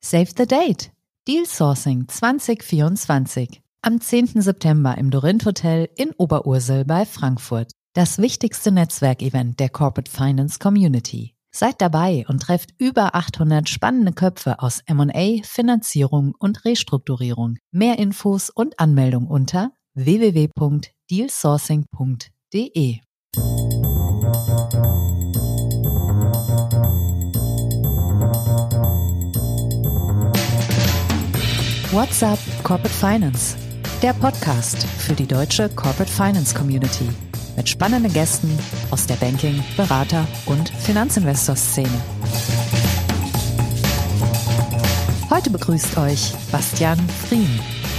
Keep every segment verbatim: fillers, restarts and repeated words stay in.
Save the date! Deal Sourcing zwanzig vierundzwanzig. Am zehnten September im Dorint Hotel in Oberursel bei Frankfurt. Das wichtigste Netzwerkevent der Corporate Finance Community. Seid dabei und trefft über achthundert spannende Köpfe aus M und A, Finanzierung und Restrukturierung. Mehr Infos und Anmeldung unter w w w punkt deal sourcing punkt d e. What's up Corporate Finance? Der Podcast für die deutsche Corporate Finance Community mit spannenden Gästen aus der Banking-, Berater- und Finanzinvestor-Szene. Heute begrüßt euch Bastian Frien.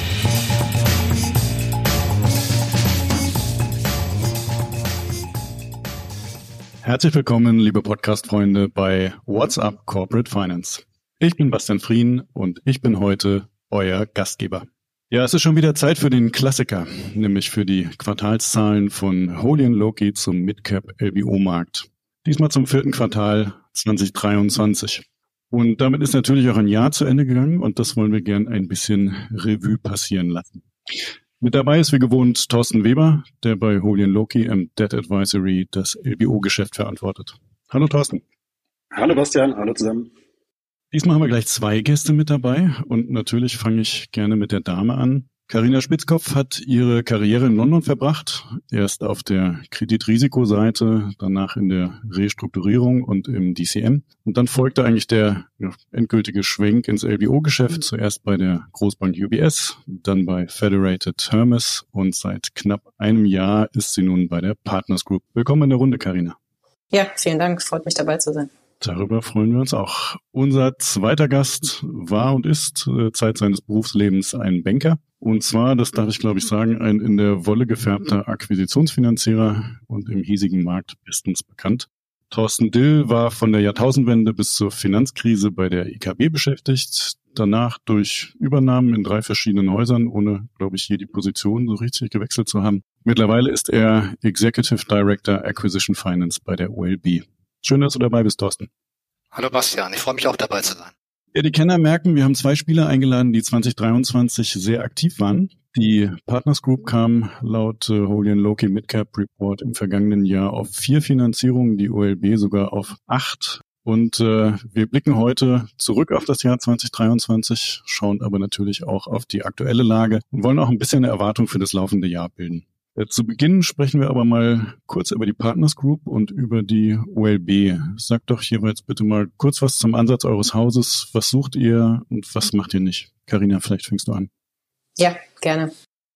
Herzlich willkommen, liebe Podcast-Freunde, bei What's up Corporate Finance. Ich bin Bastian Frien und ich bin heute euer Gastgeber. Ja, es ist schon wieder Zeit für den Klassiker, nämlich für die Quartalszahlen von Holy and Loki zum Midcap L B O-Markt. Diesmal zum vierten Quartal zwanzig dreiundzwanzig. Und damit ist natürlich auch ein Jahr zu Ende gegangen und das wollen wir gern ein bisschen Revue passieren lassen. Mit dabei ist wie gewohnt Thorsten Weber, der bei Holy and Loki im Debt Advisory das L B O-Geschäft verantwortet. Hallo Thorsten. Hallo Bastian, hallo zusammen. Diesmal haben wir gleich zwei Gäste mit dabei und natürlich fange ich gerne mit der Dame an. Carina Spitzkopf hat ihre Karriere in London verbracht, erst auf der Kreditrisikoseite, danach in der Restrukturierung und im D C M. Und dann folgte eigentlich der ja, endgültige Schwenk ins L B O-Geschäft, zuerst bei der Großbank U B S, dann bei Federated Hermes und seit knapp einem Jahr ist sie nun bei der Partners Group. Willkommen in der Runde, Carina. Ja, vielen Dank, freut mich dabei zu sein. Darüber freuen wir uns auch. Unser zweiter Gast war und ist äh, Zeit seines Berufslebens ein Banker. Und zwar, das darf ich glaube ich sagen, ein in der Wolle gefärbter Akquisitionsfinanzierer und im hiesigen Markt bestens bekannt. Thorsten Dill war von der Jahrtausendwende bis zur Finanzkrise bei der I K B beschäftigt. Danach durch Übernahmen in drei verschiedenen Häusern, ohne, glaube ich, je die Position so richtig gewechselt zu haben. Mittlerweile ist er Executive Director Acquisition Finance bei der O L B. Schön, dass du dabei bist, Thorsten. Hallo Bastian, ich freue mich auch dabei zu sein. Ja, die Kenner merken, wir haben zwei Spieler eingeladen, die zwanzig dreiundzwanzig sehr aktiv waren. Die Partners Group kam laut äh, Holy and Loki Midcap Report im vergangenen Jahr auf vier Finanzierungen, die O L B sogar auf acht. Und äh, wir blicken heute zurück auf das Jahr zwanzig dreiundzwanzig, schauen aber natürlich auch auf die aktuelle Lage und wollen auch ein bisschen eine Erwartung für das laufende Jahr bilden. Zu Beginn sprechen wir aber mal kurz über die Partners Group und über die O L B. Sagt doch jeweils bitte mal kurz was zum Ansatz eures Hauses. Was sucht ihr und was macht ihr nicht? Carina, vielleicht fängst du an. Ja, gerne.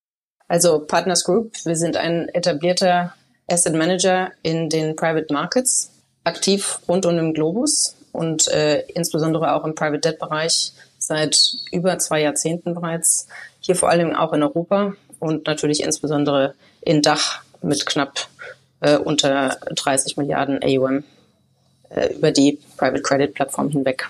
Also Partners Group, wir sind ein etablierter Asset Manager in den Private Markets, aktiv rund um den Globus und äh, insbesondere auch im Private Debt Bereich seit über zwei Jahrzehnten bereits. Hier vor allem auch in Europa und natürlich insbesondere in Dach mit knapp äh, unter dreißig Milliarden A U M äh, über die Private Credit Plattform hinweg.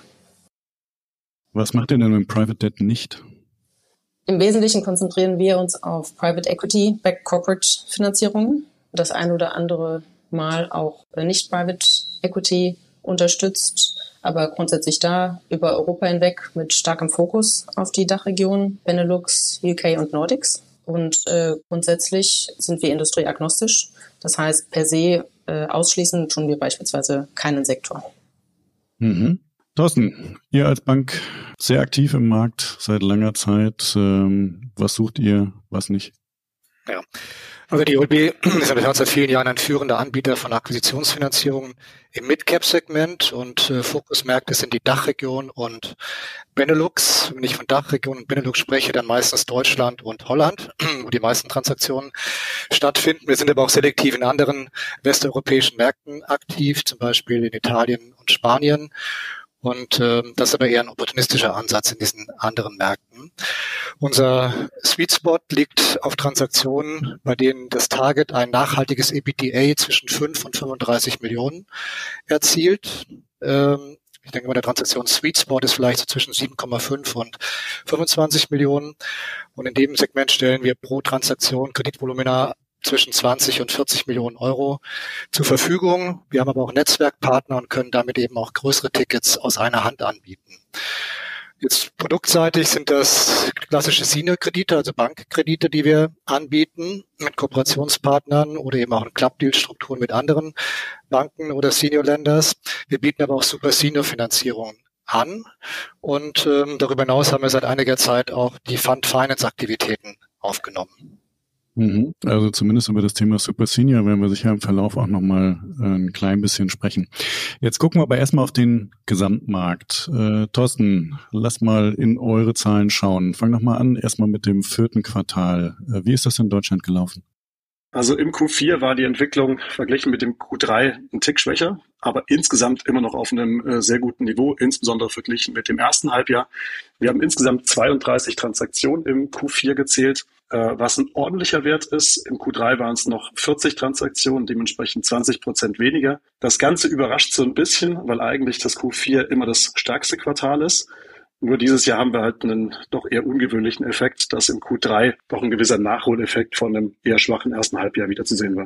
Was macht ihr denn mit Private Debt nicht? Im Wesentlichen konzentrieren wir uns auf Private Equity, Backed Corporate Finanzierungen. Das ein oder andere Mal auch äh, nicht Private Equity unterstützt, aber grundsätzlich da über Europa hinweg mit starkem Fokus auf die Dachregion, Benelux, U K und Nordics. Und äh, grundsätzlich sind wir industrieagnostisch. Das heißt, per se äh, ausschließen tun wir beispielsweise keinen Sektor. Mhm. Thorsten, ihr als Bank sehr aktiv im Markt seit langer Zeit. Ähm, was sucht ihr, was nicht? Ja, also die O L B ist ja seit vielen Jahren ein führender Anbieter von Akquisitionsfinanzierungen im Mid-Cap-Segment und äh, Fokusmärkte sind die Dachregion und Benelux. Wenn ich von Dachregion und Benelux spreche, dann meistens Deutschland und Holland, wo die meisten Transaktionen stattfinden. Wir sind aber auch selektiv in anderen westeuropäischen Märkten aktiv, zum Beispiel in Italien und Spanien. Und äh, das ist aber eher ein opportunistischer Ansatz in diesen anderen Märkten. Unser Sweet Spot liegt auf Transaktionen, bei denen das Target ein nachhaltiges E B I T D A zwischen fünf und fünfunddreißig Millionen erzielt. Ähm, ich denke mal, der Transaktion Sweet Spot ist vielleicht so zwischen sieben Komma fünf und fünfundzwanzig Millionen. Und in dem Segment stellen wir pro Transaktion Kreditvolumina zwischen zwanzig und vierzig Millionen Euro zur Verfügung. Wir haben aber auch Netzwerkpartner und können damit eben auch größere Tickets aus einer Hand anbieten. Jetzt produktseitig sind das klassische Senior-Kredite, also Bankkredite, die wir anbieten mit Kooperationspartnern oder eben auch in Club-Deal-Strukturen mit anderen Banken oder Senior-Lenders. Wir bieten aber auch Super-Senior-Finanzierungen an und ähm, darüber hinaus haben wir seit einiger Zeit auch die Fund-Finance-Aktivitäten aufgenommen. Mhm. Also zumindest über das Thema Super Senior werden wir sicher im Verlauf auch nochmal äh, ein klein bisschen sprechen. Jetzt gucken wir aber erstmal auf den Gesamtmarkt. Äh, Thorsten, lass mal in eure Zahlen schauen. Fang doch mal an, erstmal mit dem vierten Quartal. Äh, wie ist das in Deutschland gelaufen? Also im Q vier war die Entwicklung verglichen mit dem Q drei ein Tick schwächer, aber insgesamt immer noch auf einem äh, sehr guten Niveau, insbesondere verglichen mit dem ersten Halbjahr. Wir haben insgesamt zweiunddreißig Transaktionen im Q vier gezählt, äh, was ein ordentlicher Wert ist. Im Q drei waren es noch vierzig Transaktionen, dementsprechend zwanzig Prozent weniger. Das Ganze überrascht so ein bisschen, weil eigentlich das Q vier immer das stärkste Quartal ist. Nur dieses Jahr haben wir halt einen doch eher ungewöhnlichen Effekt, dass im Q drei doch ein gewisser Nachholeffekt von einem eher schwachen ersten Halbjahr wieder zu sehen war.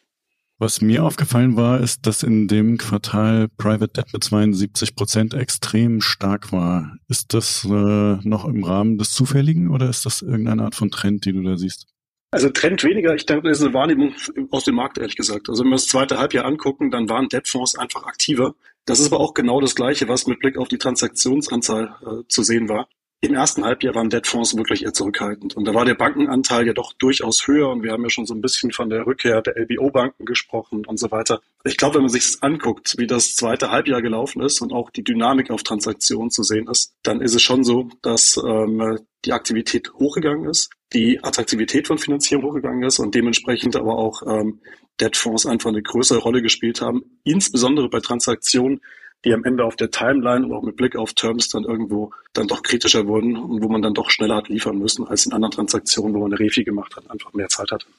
Was mir aufgefallen war, ist, dass in dem Quartal Private Debt mit zweiundsiebzig Prozent extrem stark war. Ist das äh, noch im Rahmen des Zufälligen oder ist das irgendeine Art von Trend, die du da siehst? Also Trend weniger, ich denke, das ist eine Wahrnehmung aus dem Markt, ehrlich gesagt. Also wenn wir das zweite Halbjahr angucken, dann waren Debtfonds einfach aktiver. Das ist aber auch genau das Gleiche, was mit Blick auf die Transaktionsanzahl äh, zu sehen war. Im ersten Halbjahr waren Debtfonds wirklich eher zurückhaltend. Und da war der Bankenanteil ja doch durchaus höher. Und wir haben ja schon so ein bisschen von der Rückkehr der L B O-Banken gesprochen und so weiter. Ich glaube, wenn man sich das anguckt, wie das zweite Halbjahr gelaufen ist und auch die Dynamik auf Transaktionen zu sehen ist, dann ist es schon so, dass ähm, die Aktivität hochgegangen ist, die Attraktivität von Finanzierung hochgegangen ist und dementsprechend aber auch ähm, Debtfonds einfach eine größere Rolle gespielt haben, insbesondere bei Transaktionen, die am Ende auf der Timeline und auch mit Blick auf Terms dann irgendwo dann doch kritischer wurden und wo man dann doch schneller hat liefern müssen als in anderen Transaktionen, wo man eine Refi gemacht hat, einfach mehr Zeit hatte.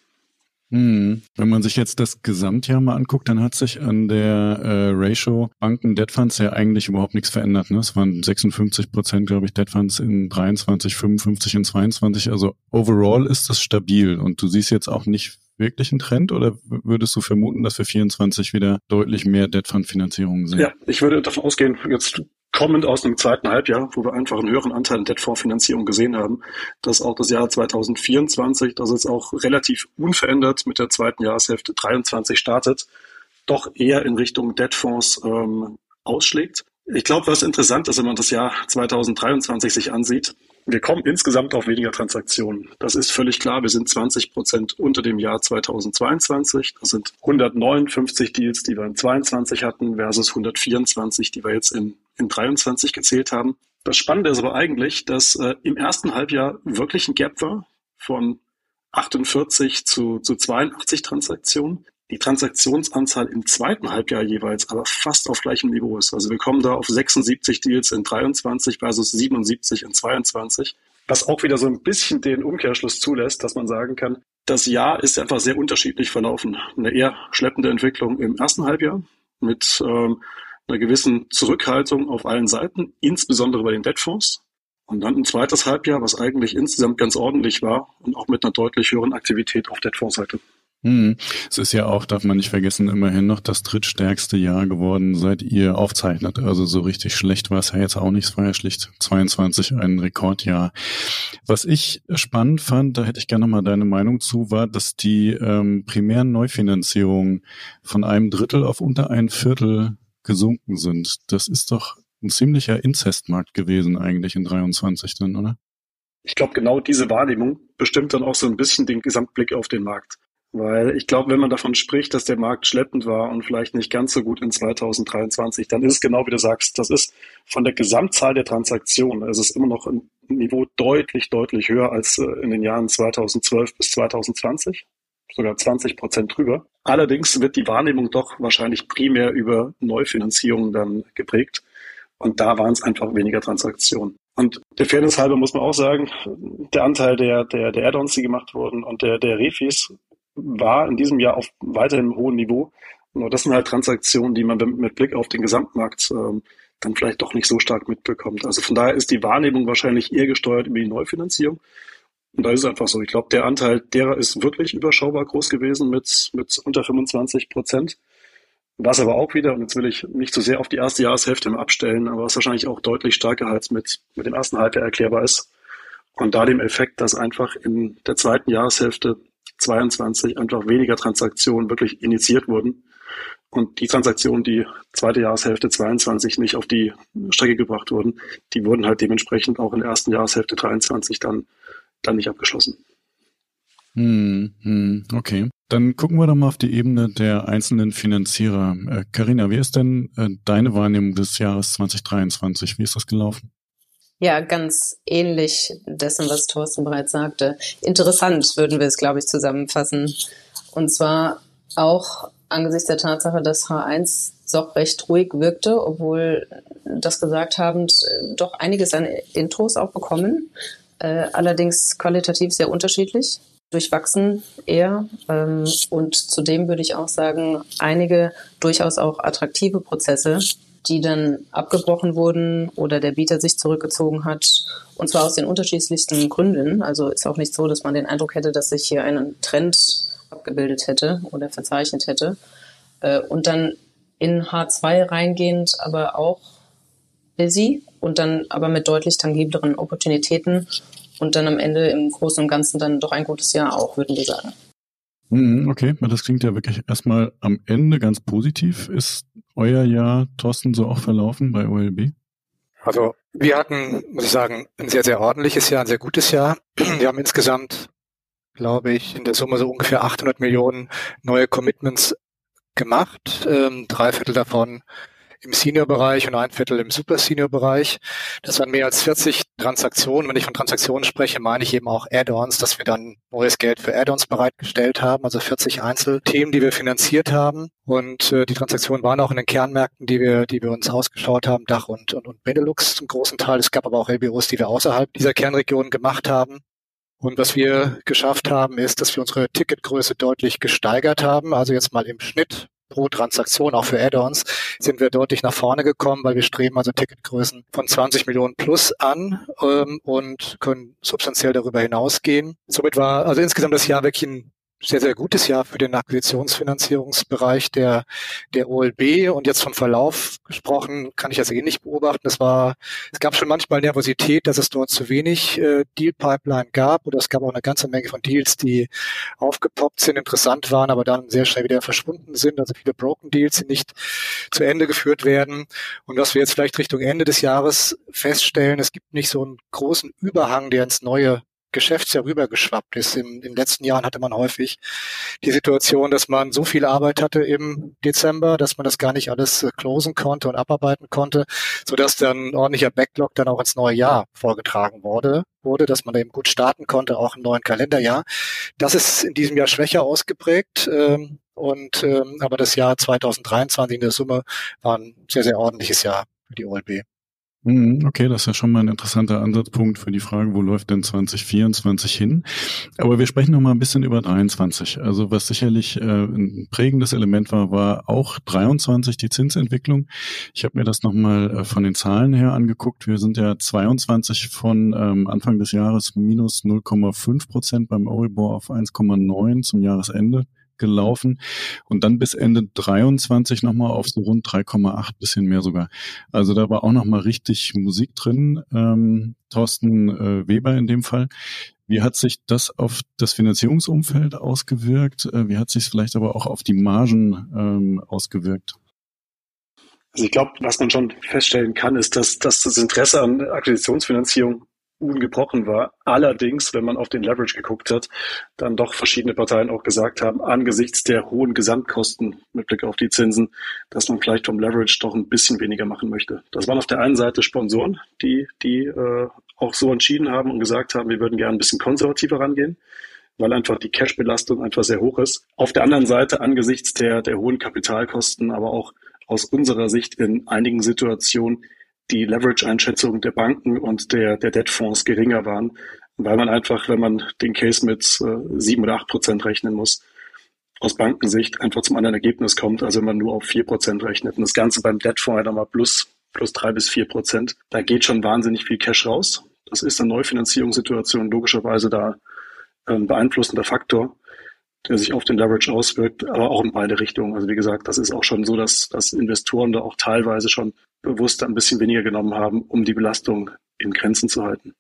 Hm. Wenn man sich jetzt das Gesamtjahr mal anguckt, dann hat sich an der äh, Ratio Banken-Debt-Funds ja eigentlich überhaupt nichts verändert. Ne? Es waren sechsundfünfzig Prozent, glaube ich, Debt-Funds in dreiundzwanzig, fünfundfünfzig in zweiundzwanzig. Also overall ist das stabil und du siehst jetzt auch nicht wirklich einen Trend oder würdest du vermuten, dass wir vierundzwanzig wieder deutlich mehr Debt-Fund-Finanzierungen sehen? Ja, ich würde davon ausgehen, jetzt kommend aus einem zweiten Halbjahr, wo wir einfach einen höheren Anteil an Debtfonds-Finanzierung gesehen haben, dass auch das Jahr zwanzig vierundzwanzig, das jetzt auch relativ unverändert mit der zweiten Jahreshälfte dreiundzwanzig startet, doch eher in Richtung Debtfonds ähm, ausschlägt. Ich glaube, was interessant ist, wenn man das Jahr zwanzig dreiundzwanzig sich ansieht, wir kommen insgesamt auf weniger Transaktionen. Das ist völlig klar. Wir sind zwanzig Prozent unter dem Jahr zweitausendzweiundzwanzig. Das sind hundertneunundfünfzig Deals, die wir in zweiundzwanzig hatten, versus hundertvierundzwanzig, die wir jetzt in, in dreiundzwanzig gezählt haben. Das Spannende ist aber eigentlich, dass äh, im ersten Halbjahr wirklich ein Gap war von achtundvierzig zu, zu zweiundachtzig Transaktionen. Die Transaktionsanzahl im zweiten Halbjahr jeweils aber fast auf gleichem Niveau ist. Also wir kommen da auf sechsundsiebzig Deals in dreiundzwanzig versus siebenundsiebzig in zweiundzwanzig, was auch wieder so ein bisschen den Umkehrschluss zulässt, dass man sagen kann, das Jahr ist einfach sehr unterschiedlich verlaufen. Eine eher schleppende Entwicklung im ersten Halbjahr mit ähm, einer gewissen Zurückhaltung auf allen Seiten, insbesondere bei den Debtfonds. Und dann ein zweites Halbjahr, was eigentlich insgesamt ganz ordentlich war und auch mit einer deutlich höheren Aktivität auf Debtfonds-Seite. Hm. Es ist ja auch, darf man nicht vergessen, immerhin noch das drittstärkste Jahr geworden, seit ihr aufzeichnet. Also so richtig schlecht war es ja jetzt auch nicht. Es war ja schlicht zweiundzwanzig ein Rekordjahr. Was ich spannend fand, da hätte ich gerne nochmal deine Meinung zu, war, dass die ähm, primären Neufinanzierungen von einem Drittel auf unter ein Viertel gesunken sind. Das ist doch ein ziemlicher Inzestmarkt gewesen eigentlich in dreiundzwanzig dann, oder? Ich glaube, genau diese Wahrnehmung bestimmt dann auch so ein bisschen den Gesamtblick auf den Markt. Weil ich glaube, wenn man davon spricht, dass der Markt schleppend war und vielleicht nicht ganz so gut in zwanzig dreiundzwanzig, dann ist es genau wie du sagst, das ist von der Gesamtzahl der Transaktionen, es ist immer noch ein Niveau deutlich, deutlich höher als in den Jahren zweitausendzwölf bis zwanzig zwanzig, sogar zwanzig Prozent drüber. Allerdings wird die Wahrnehmung doch wahrscheinlich primär über Neufinanzierungen dann geprägt und da waren es einfach weniger Transaktionen. Und der Fairness halber muss man auch sagen, der Anteil der, der, der Add-ons, die gemacht wurden und der, der Refis, war in diesem Jahr auf weiterhin einem hohen Niveau. Nur das sind halt Transaktionen, die man mit Blick auf den Gesamtmarkt ähm, dann vielleicht doch nicht so stark mitbekommt. Also von daher ist die Wahrnehmung wahrscheinlich eher gesteuert über die Neufinanzierung. Und da ist es einfach so. Ich glaube, der Anteil derer ist wirklich überschaubar groß gewesen mit, mit unter fünfundzwanzig Prozent. Was aber auch wieder, und jetzt will ich nicht so sehr auf die erste Jahreshälfte mal abstellen, aber was wahrscheinlich auch deutlich stärker als mit, mit dem ersten Halbjahr erklärbar ist. Und da dem Effekt, dass einfach in der zweiten Jahreshälfte zweiundzwanzig einfach weniger Transaktionen wirklich initiiert wurden. Und die Transaktionen, die zweite Jahreshälfte zweiundzwanzig nicht auf die Strecke gebracht wurden, die wurden halt dementsprechend auch in der ersten Jahreshälfte dreiundzwanzig dann, dann nicht abgeschlossen. Hm, hm, okay. Dann gucken wir doch mal auf die Ebene der einzelnen Finanzierer. Äh, Carina, wie ist denn äh, deine Wahrnehmung des Jahres zwanzig dreiundzwanzig? Wie ist das gelaufen? Ja, ganz ähnlich dessen, was Thorsten bereits sagte. Interessant würden wir es, glaube ich, zusammenfassen. Und zwar auch angesichts der Tatsache, dass H eins doch recht ruhig wirkte, obwohl das gesagt habend doch einiges an Intros auch bekommen. Äh, allerdings qualitativ sehr unterschiedlich, durchwachsen eher. Ähm, und zudem würde ich auch sagen, einige durchaus auch attraktive Prozesse, die dann abgebrochen wurden oder der Bieter sich zurückgezogen hat, und zwar aus den unterschiedlichsten Gründen. Also ist auch nicht so, dass man den Eindruck hätte, dass sich hier ein Trend abgebildet hätte oder verzeichnet hätte. Und dann in H zwei reingehend, aber auch busy und dann aber mit deutlich tangibleren Opportunitäten und dann am Ende im Großen und Ganzen dann doch ein gutes Jahr auch, würden wir sagen. Okay, das klingt ja wirklich erstmal am Ende ganz positiv. Ist euer Jahr, Thorsten, so auch verlaufen bei O L B? Also wir hatten, muss ich sagen, ein sehr, sehr ordentliches Jahr, ein sehr gutes Jahr. Wir haben insgesamt, glaube ich, in der Summe so ungefähr achthundert Millionen neue Commitments gemacht. Ähm, drei Viertel davon im Senior-Bereich und ein Viertel im Super-Senior-Bereich. Das waren mehr als vierzig Transaktionen. Wenn ich von Transaktionen spreche, meine ich eben auch Add-ons, dass wir dann neues Geld für Add-ons bereitgestellt haben, also vierzig Einzelthemen, die wir finanziert haben. Und äh, die Transaktionen waren auch in den Kernmärkten, die wir, die wir uns ausgeschaut haben, Dach und, und, und Benelux zum großen Teil. Es gab aber auch L B Os, die wir außerhalb dieser Kernregion gemacht haben. Und was wir geschafft haben, ist, dass wir unsere Ticketgröße deutlich gesteigert haben. Also jetzt mal im Schnitt pro Transaktion, auch für Add-ons, sind wir deutlich nach vorne gekommen, weil wir streben also Ticketgrößen von zwanzig Millionen plus an ähm, und können substanziell darüber hinausgehen. Somit war also insgesamt das Jahr wirklich ein sehr, sehr gutes Jahr für den Akquisitionsfinanzierungsbereich der, der O L B. Und jetzt vom Verlauf gesprochen, kann ich das ähnlich beobachten. Es war, es gab schon manchmal Nervosität, dass es dort zu wenig äh, Deal-Pipeline gab, oder es gab auch eine ganze Menge von Deals, die aufgepoppt sind, interessant waren, aber dann sehr schnell wieder verschwunden sind. Also viele Broken Deals, die nicht zu Ende geführt werden. Und was wir jetzt vielleicht Richtung Ende des Jahres feststellen, es gibt nicht so einen großen Überhang, der ins neue Geschäftsjahr rübergeschwappt ist. In den letzten Jahren hatte man häufig die Situation, dass man so viel Arbeit hatte im Dezember, dass man das gar nicht alles closen konnte und abarbeiten konnte, sodass dann ein ordentlicher Backlog dann auch ins neue Jahr vorgetragen wurde, wurde, dass man da eben gut starten konnte, auch im neuen Kalenderjahr. Das ist in diesem Jahr schwächer ausgeprägt. Ähm, und ähm, aber das Jahr zwanzig dreiundzwanzig in der Summe war ein sehr, sehr ordentliches Jahr für die O L B. Okay, das ist ja schon mal ein interessanter Ansatzpunkt für die Frage, wo läuft denn zwanzig vierundzwanzig hin? Aber wir sprechen noch mal ein bisschen über dreiundzwanzig. Also was sicherlich äh, ein prägendes Element war, war auch dreiundzwanzig die Zinsentwicklung. Ich habe mir das noch mal äh, von den Zahlen her angeguckt. Wir sind ja zweiundzwanzig von ähm, Anfang des Jahres minus null Komma fünf Prozent beim Euribor auf eins Komma neun zum Jahresende gelaufen und dann bis Ende dreiundzwanzig nochmal auf so rund drei Komma acht, bisschen mehr sogar. Also da war auch nochmal richtig Musik drin. Ähm, Thorsten äh, Weber in dem Fall. Wie hat sich das auf das Finanzierungsumfeld ausgewirkt? Äh, wie hat sich es vielleicht aber auch auf die Margen ähm, ausgewirkt? Also ich glaube, was man schon feststellen kann, ist, dass, dass das Interesse an Akquisitionsfinanzierung ungebrochen war. Allerdings, wenn man auf den Leverage geguckt hat, dann doch verschiedene Parteien auch gesagt haben, angesichts der hohen Gesamtkosten mit Blick auf die Zinsen, dass man vielleicht vom Leverage doch ein bisschen weniger machen möchte. Das waren auf der einen Seite Sponsoren, die, die äh, auch so entschieden haben und gesagt haben, wir würden gerne ein bisschen konservativer rangehen, weil einfach die Cash-Belastung einfach sehr hoch ist. Auf der anderen Seite angesichts der, der hohen Kapitalkosten, aber auch aus unserer Sicht in einigen Situationen die Leverage-Einschätzung der Banken und der, der Debtfonds geringer waren, weil man einfach, wenn man den Case mit äh, sieben oder acht Prozent rechnen muss, aus Bankensicht einfach zum anderen Ergebnis kommt, also wenn man nur auf vier Prozent rechnet. Und das Ganze beim Debtfonds nochmal plus, plus drei bis vier Prozent. Da geht schon wahnsinnig viel Cash raus. Das ist eine Neufinanzierungssituation logischerweise da ein beeinflussender Faktor. der sich auf den Leverage auswirkt, aber auch in beide Richtungen. Also wie gesagt, das ist auch schon so, dass, dass Investoren da auch teilweise schon bewusst ein bisschen weniger genommen haben, um die Belastung in Grenzen zu halten.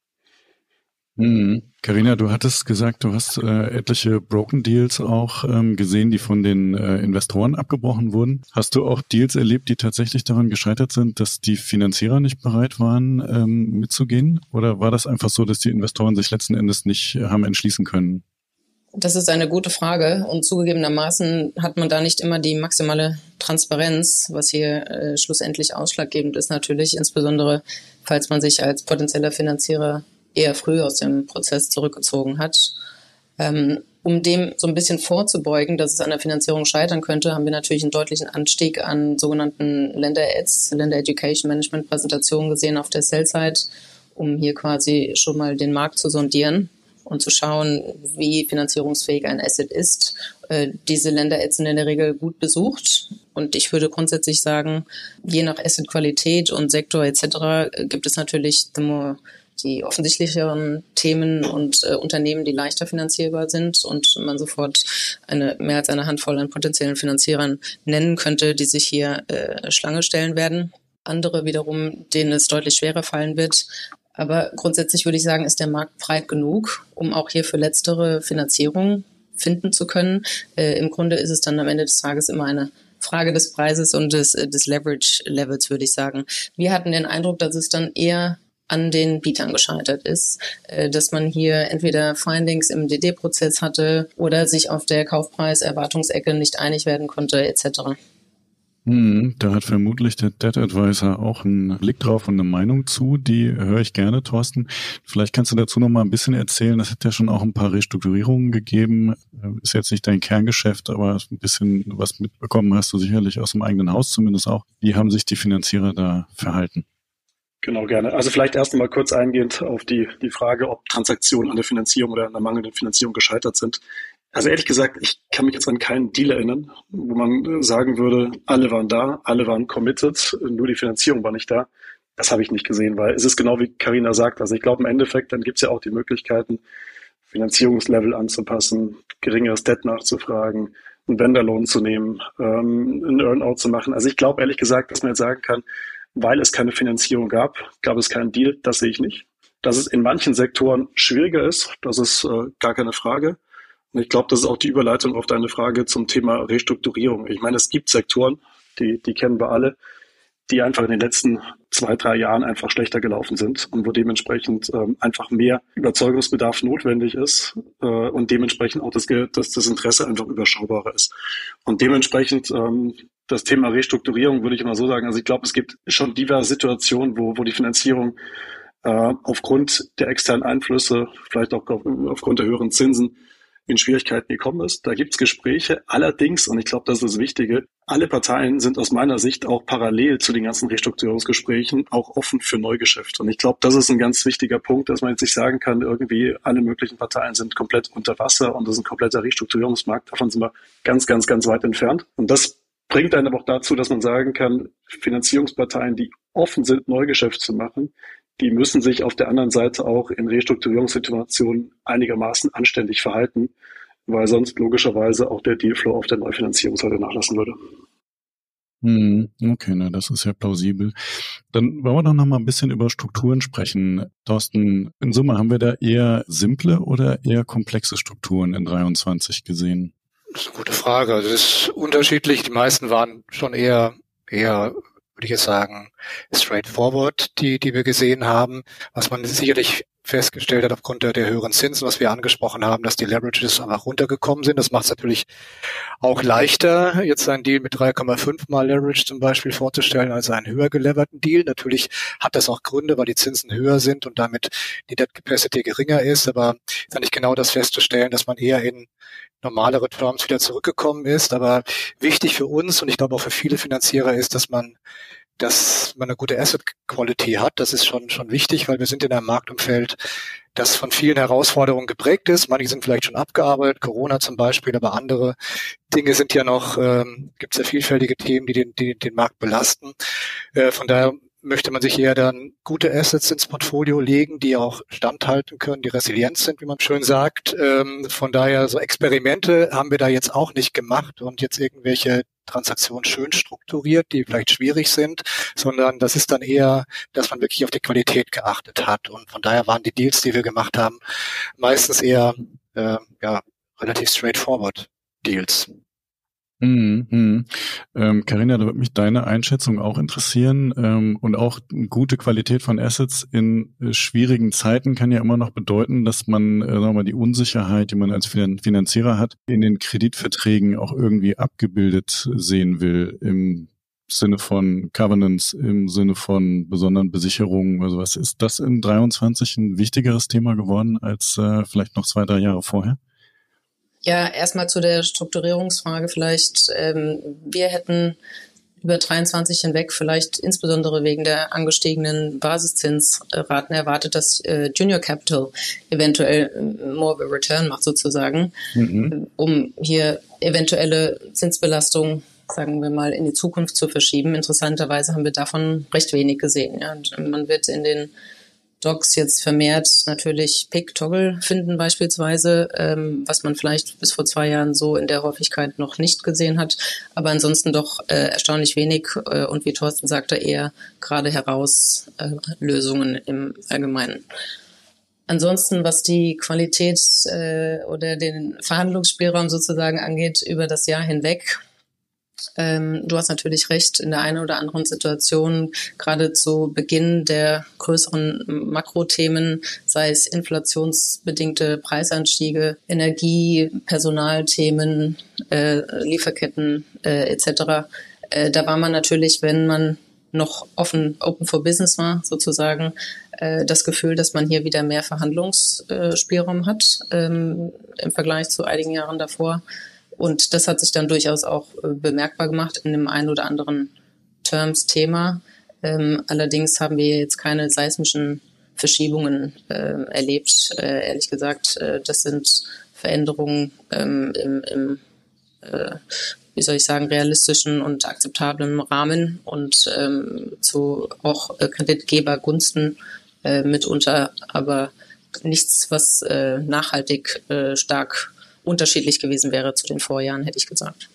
Carina, du hattest gesagt, du hast äh, etliche Broken Deals auch ähm, gesehen, die von den äh, Investoren abgebrochen wurden. Hast du auch Deals erlebt, die tatsächlich daran gescheitert sind, dass die Finanzierer nicht bereit waren, ähm, mitzugehen? Oder war das einfach so, dass die Investoren sich letzten Endes nicht äh, haben entschließen können? Das ist eine gute Frage und zugegebenermaßen hat man da nicht immer die maximale Transparenz, was hier äh, schlussendlich ausschlaggebend ist natürlich, insbesondere falls man sich als potenzieller Finanzierer eher früh aus dem Prozess zurückgezogen hat. Ähm, um dem so ein bisschen vorzubeugen, dass es an der Finanzierung scheitern könnte, haben wir natürlich einen deutlichen Anstieg an sogenannten Lender-Ads, Lender Education Management Präsentationen gesehen auf der Sell-Side, um hier quasi schon mal den Markt zu sondieren und zu schauen, wie finanzierungsfähig ein Asset ist. Äh, diese Lender-Ads sind in der Regel gut besucht und ich würde grundsätzlich sagen, je nach Asset-Qualität und Sektor et cetera gibt es natürlich the more die offensichtlicheren Themen und äh, Unternehmen, die leichter finanzierbar sind und man sofort eine mehr als eine Handvoll an potenziellen Finanzierern nennen könnte, die sich hier äh, Schlange stellen werden. Andere wiederum, denen es deutlich schwerer fallen wird. Aber grundsätzlich würde ich sagen, ist der Markt breit genug, um auch hier für letztere Finanzierung finden zu können. Äh, im Grunde ist es dann am Ende des Tages immer eine Frage des Preises und des, des Leverage-Levels, würde ich sagen. Wir hatten den Eindruck, dass es dann eher an den Bietern gescheitert ist, dass man hier entweder Findings im D D-Prozess hatte oder sich auf der Kaufpreis-Erwartungsecke nicht einig werden konnte et cetera. Hm, da hat vermutlich der Debt Advisor auch einen Blick drauf und eine Meinung zu, die höre ich gerne, Thorsten. Vielleicht kannst du dazu noch mal ein bisschen erzählen, es hat ja schon auch ein paar Restrukturierungen gegeben, ist jetzt nicht dein Kerngeschäft, aber ein bisschen was mitbekommen hast du sicherlich aus dem eigenen Haus zumindest auch. Wie haben sich die Finanzierer da verhalten? Genau, gerne. Also vielleicht erst einmal kurz eingehend auf die, die Frage, ob Transaktionen an der Finanzierung oder an der mangelnden Finanzierung gescheitert sind. Also ehrlich gesagt, ich kann mich jetzt an keinen Deal erinnern, wo man sagen würde, alle waren da, alle waren committed, nur die Finanzierung war nicht da. Das habe ich nicht gesehen, weil es ist genau wie Carina sagt. Also ich glaube im Endeffekt, dann gibt es ja auch die Möglichkeiten, Finanzierungslevel anzupassen, geringeres Debt nachzufragen, einen Vendor-Loan zu nehmen, ähm, einen Earn-out zu machen. Also ich glaube ehrlich gesagt, dass man jetzt sagen kann, weil es keine Finanzierung gab, gab es keinen Deal, das sehe ich nicht. Dass es in manchen Sektoren schwieriger ist, das ist äh, gar keine Frage. Und ich glaube, das ist auch die Überleitung auf deine Frage zum Thema Restrukturierung. Ich meine, es gibt Sektoren, die, die kennen wir alle, die einfach in den letzten zwei, drei Jahren einfach schlechter gelaufen sind und wo dementsprechend ähm, einfach mehr Überzeugungsbedarf notwendig ist äh, und dementsprechend auch das, das, das Interesse einfach überschaubarer ist. Und dementsprechend ähm, das Thema Restrukturierung würde ich immer so sagen, also ich glaube, es gibt schon diverse Situationen, wo, wo die Finanzierung äh, aufgrund der externen Einflüsse, vielleicht auch auf, aufgrund der höheren Zinsen, in Schwierigkeiten gekommen ist. Da gibt es Gespräche. Allerdings, und ich glaube, das ist das Wichtige, alle Parteien sind aus meiner Sicht auch parallel zu den ganzen Restrukturierungsgesprächen auch offen für Neugeschäft. Und ich glaube, das ist ein ganz wichtiger Punkt, dass man jetzt nicht sagen kann, irgendwie alle möglichen Parteien sind komplett unter Wasser und das ist ein kompletter Restrukturierungsmarkt. Davon sind wir ganz, ganz, ganz weit entfernt. Und das bringt dann aber auch dazu, dass man sagen kann, Finanzierungsparteien, die offen sind, Neugeschäft zu machen, die müssen sich auf der anderen Seite auch in Restrukturierungssituationen einigermaßen anständig verhalten, weil sonst logischerweise auch der Dealflow auf der Neufinanzierungsseite nachlassen würde. Okay, na, das ist ja plausibel. Dann wollen wir doch noch mal ein bisschen über Strukturen sprechen. Thorsten, in Summe haben wir da eher simple oder eher komplexe Strukturen in dreiundzwanzig gesehen? Das ist eine gute Frage. Also es ist unterschiedlich. Die meisten waren schon eher, eher, würde ich jetzt sagen, straightforward, die, die wir gesehen haben. Was man sicherlich festgestellt hat aufgrund der, der höheren Zinsen, was wir angesprochen haben, dass die Leverages einfach runtergekommen sind. Das macht es natürlich auch leichter, jetzt einen Deal mit drei Komma fünf mal Leverage zum Beispiel vorzustellen, als einen höher geleverten Deal. Natürlich hat das auch Gründe, weil die Zinsen höher sind und damit die Debt Capacity geringer ist. Aber ist eigentlich genau das festzustellen, dass man eher in normalere Terms wieder zurückgekommen ist. Aber wichtig für uns und ich glaube auch für viele Finanzierer ist, dass man dass man eine gute Asset Quality hat. Das ist schon schon wichtig, weil wir sind in einem Marktumfeld, das von vielen Herausforderungen geprägt ist. Manche sind vielleicht schon abgearbeitet, Corona zum Beispiel, aber andere Dinge sind ja noch, ähm, gibt es ja vielfältige Themen, die den, die den Markt belasten. Äh, von daher möchte man sich eher dann gute Assets ins Portfolio legen, die auch standhalten können, die resilient sind, wie man schön sagt. Ähm, von daher so Experimente haben wir da jetzt auch nicht gemacht und jetzt irgendwelche Transaktionen schön strukturiert, die vielleicht schwierig sind, sondern das ist dann eher, dass man wirklich auf die Qualität geachtet hat. Und von daher waren die Deals, die wir gemacht haben, meistens eher äh, ja relativ straightforward Deals. Mhm, mhm. Ähm, Carina, da würde mich deine Einschätzung auch interessieren, ähm, und auch eine gute Qualität von Assets in äh, schwierigen Zeiten kann ja immer noch bedeuten, dass man, äh, sagen wir mal, die Unsicherheit, die man als Finan- Finanzierer hat, in den Kreditverträgen auch irgendwie abgebildet sehen will, im Sinne von Covenants, im Sinne von besonderen Besicherungen. Also was ist das in dreiundzwanzig ein wichtigeres Thema geworden als äh, vielleicht noch zwei, drei Jahre vorher? Ja, erstmal zu der Strukturierungsfrage vielleicht. Ähm, wir hätten über dreiundzwanzig hinweg vielleicht insbesondere wegen der angestiegenen Basiszinsraten erwartet, dass äh, Junior Capital eventuell more of a return macht sozusagen, mhm. um hier eventuelle Zinsbelastung, sagen wir mal, in die Zukunft zu verschieben. Interessanterweise haben wir davon recht wenig gesehen. Ja. Man wird in den Docs jetzt vermehrt natürlich Pick-Toggle finden beispielsweise, ähm, was man vielleicht bis vor zwei Jahren so in der Häufigkeit noch nicht gesehen hat, aber ansonsten doch äh, erstaunlich wenig äh, und wie Thorsten sagte, eher gerade heraus äh, Lösungen im Allgemeinen. Ansonsten, was die Qualität äh, oder den Verhandlungsspielraum sozusagen angeht über das Jahr hinweg, Ähm, du hast natürlich recht, in der einen oder anderen Situation, gerade zu Beginn der größeren Makrothemen, sei es inflationsbedingte Preisanstiege, Energie, Personalthemen, äh, Lieferketten äh, et cetera. Äh, da war man natürlich, wenn man noch offen, open for business war, sozusagen, äh, das Gefühl, dass man hier wieder mehr Verhandlungsspielraum hat ähm, im Vergleich zu einigen Jahren davor. Und das hat sich dann durchaus auch äh, bemerkbar gemacht in dem einen oder anderen Terms-Thema. Ähm, allerdings haben wir jetzt keine seismischen Verschiebungen äh, erlebt. Äh, ehrlich gesagt, äh, das sind Veränderungen ähm, im, im äh, wie soll ich sagen, realistischen und akzeptablen Rahmen und ähm, zu auch äh, Kreditgebergunsten äh, mitunter, aber nichts, was äh, nachhaltig äh, stark unterschiedlich gewesen wäre zu den Vorjahren, hätte ich gesagt.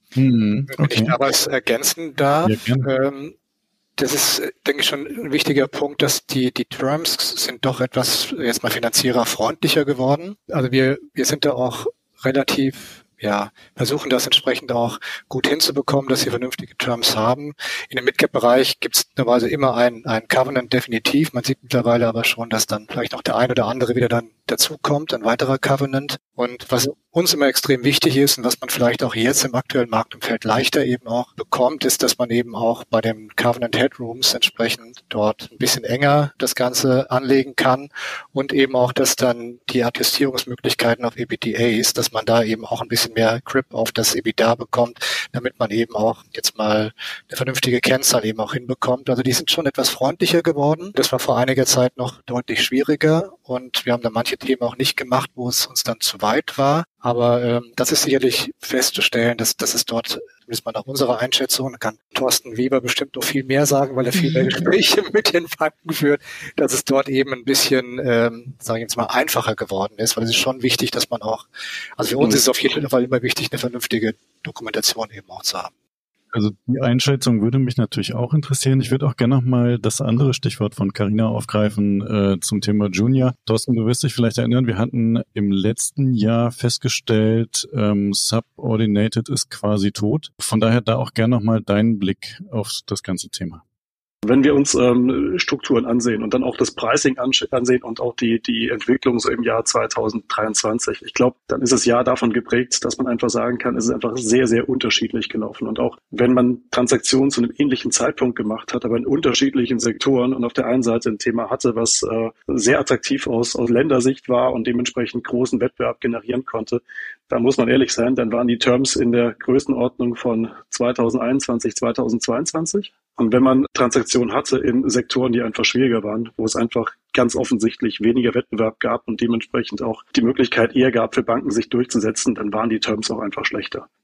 Hm, okay. Wenn ich da was ergänzen darf, ja, ähm, das ist, denke ich, schon ein wichtiger Punkt, dass die, die Terms sind doch etwas jetzt mal finanziererfreundlicher geworden. Also wir, wir sind da auch relativ, ja, versuchen das entsprechend auch gut hinzubekommen, dass wir vernünftige Terms haben. In dem Mid-Cap-Bereich gibt es normalerweise immer ein, ein Covenant definitiv. Man sieht mittlerweile aber schon, dass dann vielleicht noch der ein oder andere wieder dann dazukommt, ein weiterer Covenant. Und was uns immer extrem wichtig ist und was man vielleicht auch jetzt im aktuellen Marktumfeld leichter eben auch bekommt, ist, dass man eben auch bei den Covenant Headrooms entsprechend dort ein bisschen enger das Ganze anlegen kann und eben auch, dass dann die Adjustierungsmöglichkeiten auf E B T As, dass man da eben auch ein bisschen mehr Grip auf das EBITDA bekommt, damit man eben auch jetzt mal eine vernünftige Kennzahl eben auch hinbekommt. Also die sind schon etwas freundlicher geworden. Das war vor einiger Zeit noch deutlich schwieriger und wir haben da manche Themen auch nicht gemacht, wo es uns dann zu weit war. Aber ähm, das ist sicherlich festzustellen, dass, dass es dort, zumindest mal nach unserer Einschätzung, da kann Thorsten Weber bestimmt noch viel mehr sagen, weil er viel mehr Gespräche mit den Banken führt, dass es dort eben ein bisschen, ähm, sage ich jetzt mal, einfacher geworden ist, weil es ist schon wichtig, dass man auch, also für uns ist es auf jeden Fall immer wichtig, eine vernünftige Dokumentation eben auch zu haben. Also die Einschätzung würde mich natürlich auch interessieren. Ich würde auch gerne nochmal das andere Stichwort von Carina aufgreifen äh, zum Thema Junior. Thorsten, du wirst dich vielleicht erinnern, wir hatten im letzten Jahr festgestellt, ähm, Subordinated ist quasi tot. Von daher da auch gerne nochmal deinen Blick auf das ganze Thema. Wenn wir uns ähm, Strukturen ansehen und dann auch das Pricing ansehen und auch die die Entwicklung so im Jahr zwanzig dreiundzwanzig, ich glaube, dann ist das Jahr davon geprägt, dass man einfach sagen kann, es ist einfach sehr, sehr unterschiedlich gelaufen. Und auch wenn man Transaktionen zu einem ähnlichen Zeitpunkt gemacht hat, aber in unterschiedlichen Sektoren und auf der einen Seite ein Thema hatte, was äh, sehr attraktiv aus, aus Ländersicht war und dementsprechend großen Wettbewerb generieren konnte, da muss man ehrlich sein, dann waren die Terms in der Größenordnung von zwanzig einundzwanzig, zwanzig zweiundzwanzig. Und wenn man Transaktionen hatte in Sektoren, die einfach schwieriger waren, wo es einfach ganz offensichtlich weniger Wettbewerb gab und dementsprechend auch die Möglichkeit eher gab, für Banken sich durchzusetzen, dann waren die Terms auch einfach schlechter.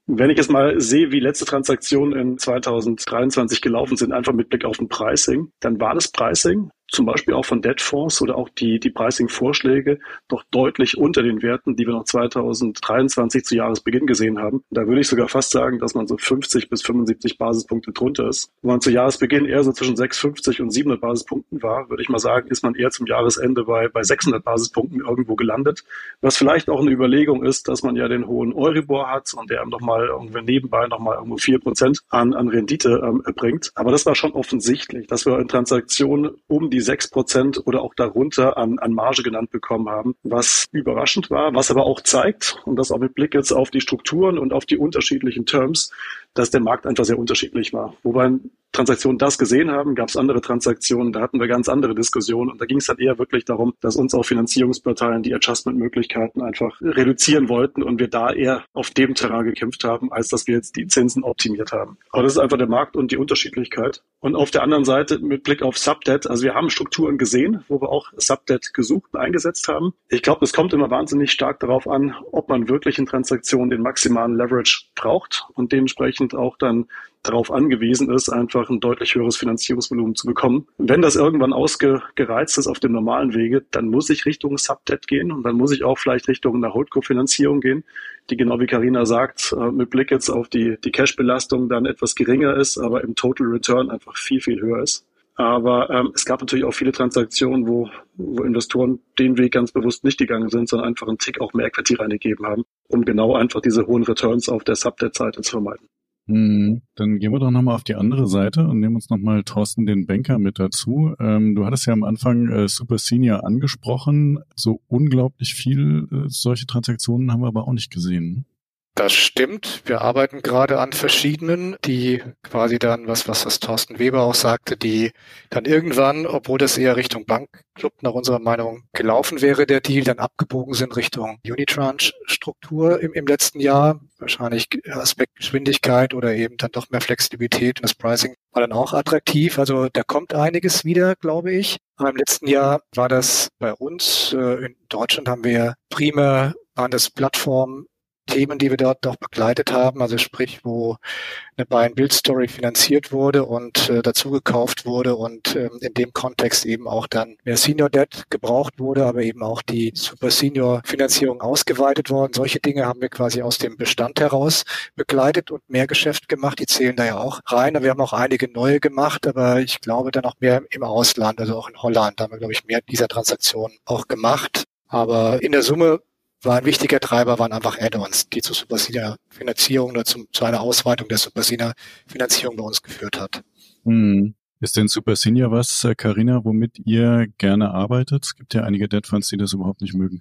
Wenn ich jetzt mal sehe, wie letzte Transaktionen in zweitausenddreiundzwanzig gelaufen sind, einfach mit Blick auf ein Pricing, dann war das Pricing zum Beispiel auch von Debtfonds oder auch die, die Pricing-Vorschläge doch deutlich unter den Werten, die wir noch zweitausenddreiundzwanzig zu Jahresbeginn gesehen haben. Da würde ich sogar fast sagen, dass man so fünfzig bis fünfundsiebzig Basispunkte drunter ist. Wenn man zu Jahresbeginn eher so zwischen sechshundertfünfzig und siebenhundert Basispunkten war, würde ich mal sagen, ist man eher zum Jahresende bei, bei sechshundert Basispunkten irgendwo gelandet. Was vielleicht auch eine Überlegung ist, dass man ja den hohen Euribor hat und der einem nochmal irgendwie nebenbei nochmal irgendwo vier Prozent an, an Rendite ähm, bringt. Aber das war schon offensichtlich, dass wir in Transaktionen um die die sechs Prozent oder auch darunter an, an Marge genannt bekommen haben, was überraschend war, was aber auch zeigt, und das auch mit Blick jetzt auf die Strukturen und auf die unterschiedlichen Terms, dass der Markt einfach sehr unterschiedlich war. Wo wir in Transaktionen das gesehen haben, gab es andere Transaktionen, da hatten wir ganz andere Diskussionen und da ging es dann eher wirklich darum, dass uns auch Finanzierungsparteien die Adjustment-Möglichkeiten einfach reduzieren wollten und wir da eher auf dem Terrain gekämpft haben, als dass wir jetzt die Zinsen optimiert haben. Aber das ist einfach der Markt und die Unterschiedlichkeit. Und auf der anderen Seite mit Blick auf Subdebt, also wir haben Strukturen gesehen, wo wir auch Subdebt gesucht und eingesetzt haben. Ich glaube, es kommt immer wahnsinnig stark darauf an, ob man wirklich in Transaktionen den maximalen Leverage braucht und dementsprechend auch dann darauf angewiesen ist, einfach ein deutlich höheres Finanzierungsvolumen zu bekommen. Wenn das irgendwann ausgereizt ist auf dem normalen Wege, dann muss ich Richtung Subdebt gehen und dann muss ich auch vielleicht Richtung einer Holdco-Finanzierung gehen, die genau wie Carina sagt, mit Blick jetzt auf die, die Cash-Belastung dann etwas geringer ist, aber im Total Return einfach viel, viel höher ist. Aber ähm, es gab natürlich auch viele Transaktionen, wo, wo Investoren den Weg ganz bewusst nicht gegangen sind, sondern einfach einen Tick auch mehr Equity reingegeben haben, um genau einfach diese hohen Returns auf der Subdebt-Seite zu vermeiden. Hm, dann gehen wir doch nochmal auf die andere Seite und nehmen uns nochmal Thorsten, den Banker, mit dazu. Ähm, du hattest ja am Anfang äh, Super Senior angesprochen. So unglaublich viel äh, solche Transaktionen haben wir aber auch nicht gesehen. Das stimmt. Wir arbeiten gerade an verschiedenen, die quasi dann, was, was das Thorsten Weber auch sagte, die dann irgendwann, obwohl das eher Richtung Bankclub nach unserer Meinung gelaufen wäre, der Deal, dann abgebogen sind Richtung Unitranche-Struktur im, im letzten Jahr. Wahrscheinlich Aspekt Geschwindigkeit oder eben dann doch mehr Flexibilität und das Pricing war dann auch attraktiv. Also da kommt einiges wieder, glaube ich. Aber im letzten Jahr war das bei uns, in Deutschland haben wir primär, waren das Plattformen, Themen, die wir dort auch begleitet haben, also sprich, wo eine Buy-and-Build-Story finanziert wurde und äh, dazu gekauft wurde und ähm, in dem Kontext eben auch dann mehr Senior Debt gebraucht wurde, aber eben auch die Super Senior Finanzierung ausgeweitet worden. Solche Dinge haben wir quasi aus dem Bestand heraus begleitet und mehr Geschäft gemacht. Die zählen da ja auch rein. Wir haben auch einige neue gemacht, aber ich glaube dann auch mehr im Ausland, also auch in Holland. Da haben wir, glaube ich, mehr dieser Transaktionen auch gemacht. Aber in der Summe war ein wichtiger Treiber, waren einfach Add-ons, die zur Super Senior Finanzierung oder zum, zu einer Ausweitung der Super Senior Finanzierung bei uns geführt hat. Hm. Ist denn Super Senior was, Carina, womit ihr gerne arbeitet? Es gibt ja einige Debt Funds, die das überhaupt nicht mögen.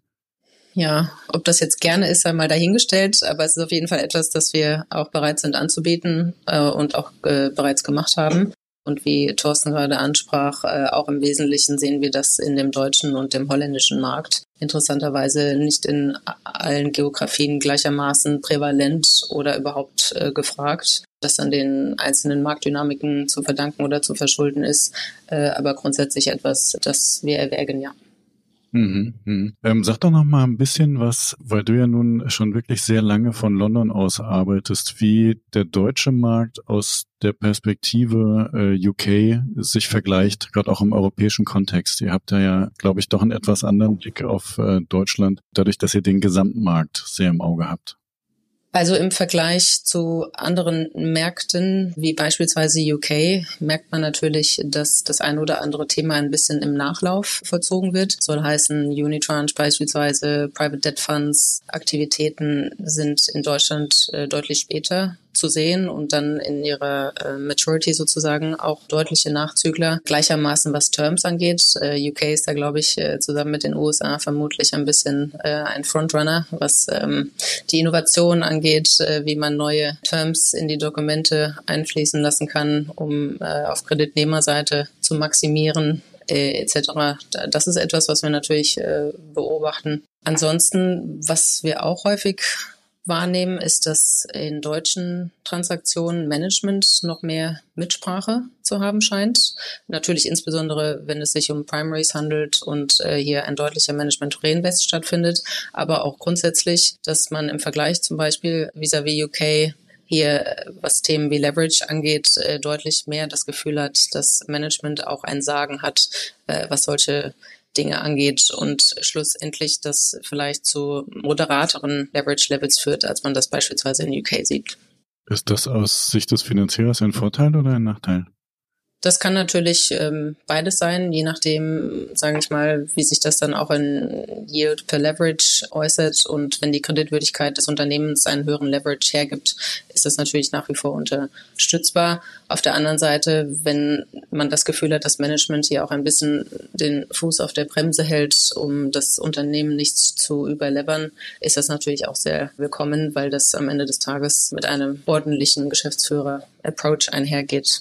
Ja, ob das jetzt gerne ist, sei mal dahingestellt, aber es ist auf jeden Fall etwas, das wir auch bereit sind anzubieten äh, und auch äh, bereits gemacht haben. Und wie Thorsten gerade ansprach, äh, auch im Wesentlichen sehen wir das in dem deutschen und dem holländischen Markt. Interessanterweise nicht in allen Geografien gleichermaßen prävalent oder überhaupt äh, gefragt, das an den einzelnen Marktdynamiken zu verdanken oder zu verschulden ist, äh, aber grundsätzlich etwas, das wir erwägen, ja. Mhm, mhm. Ähm, sag doch noch mal ein bisschen was, weil du ja nun schon wirklich sehr lange von London aus arbeitest, wie der deutsche Markt aus der Perspektive äh, U K sich vergleicht, gerade auch im europäischen Kontext. Ihr habt da ja, glaube ich, doch einen etwas anderen Blick auf äh, Deutschland, dadurch, dass ihr den Gesamtmarkt sehr im Auge habt. Also im Vergleich zu anderen Märkten, wie beispielsweise U K, merkt man natürlich, dass das ein oder andere Thema ein bisschen im Nachlauf vollzogen wird. Soll heißen, Unitranche beispielsweise, Private Debt Funds, Aktivitäten sind in Deutschland äh, deutlich später zu sehen und dann in ihrer äh, Maturity sozusagen auch deutliche Nachzügler. Gleichermaßen, was Terms angeht. Äh, U K ist da, glaube ich, äh, zusammen mit den U S A vermutlich ein bisschen äh, ein Frontrunner, was ähm, die Innovation angeht, äh, wie man neue Terms in die Dokumente einfließen lassen kann, um äh, auf Kreditnehmerseite zu maximieren, äh, et cetera. Das ist etwas, was wir natürlich äh, beobachten. Ansonsten, was wir auch häufig wahrnehmen, ist, dass in deutschen Transaktionen Management noch mehr Mitsprache zu haben scheint. Natürlich insbesondere, wenn es sich um Primaries handelt und äh, hier ein deutlicher Management-Reinvest stattfindet, aber auch grundsätzlich, dass man im Vergleich zum Beispiel vis-à-vis U K hier, was Themen wie Leverage angeht, äh, deutlich mehr das Gefühl hat, dass Management auch ein Sagen hat, äh, was solche Dinge angeht und schlussendlich das vielleicht zu moderateren Leverage-Levels führt, als man das beispielsweise in U K sieht. Ist das aus Sicht des Finanzierers ein Vorteil oder ein Nachteil? Das kann natürlich ähm, beides sein, je nachdem, sage ich mal, wie sich das dann auch in Yield per Leverage äußert. Und wenn die Kreditwürdigkeit des Unternehmens einen höheren Leverage hergibt, ist das natürlich nach wie vor unterstützbar. Auf der anderen Seite, wenn man das Gefühl hat, dass Management hier auch ein bisschen den Fuß auf der Bremse hält, um das Unternehmen nicht zu überlevern, ist das natürlich auch sehr willkommen, weil das am Ende des Tages mit einem ordentlichen Geschäftsführer-Approach einhergeht.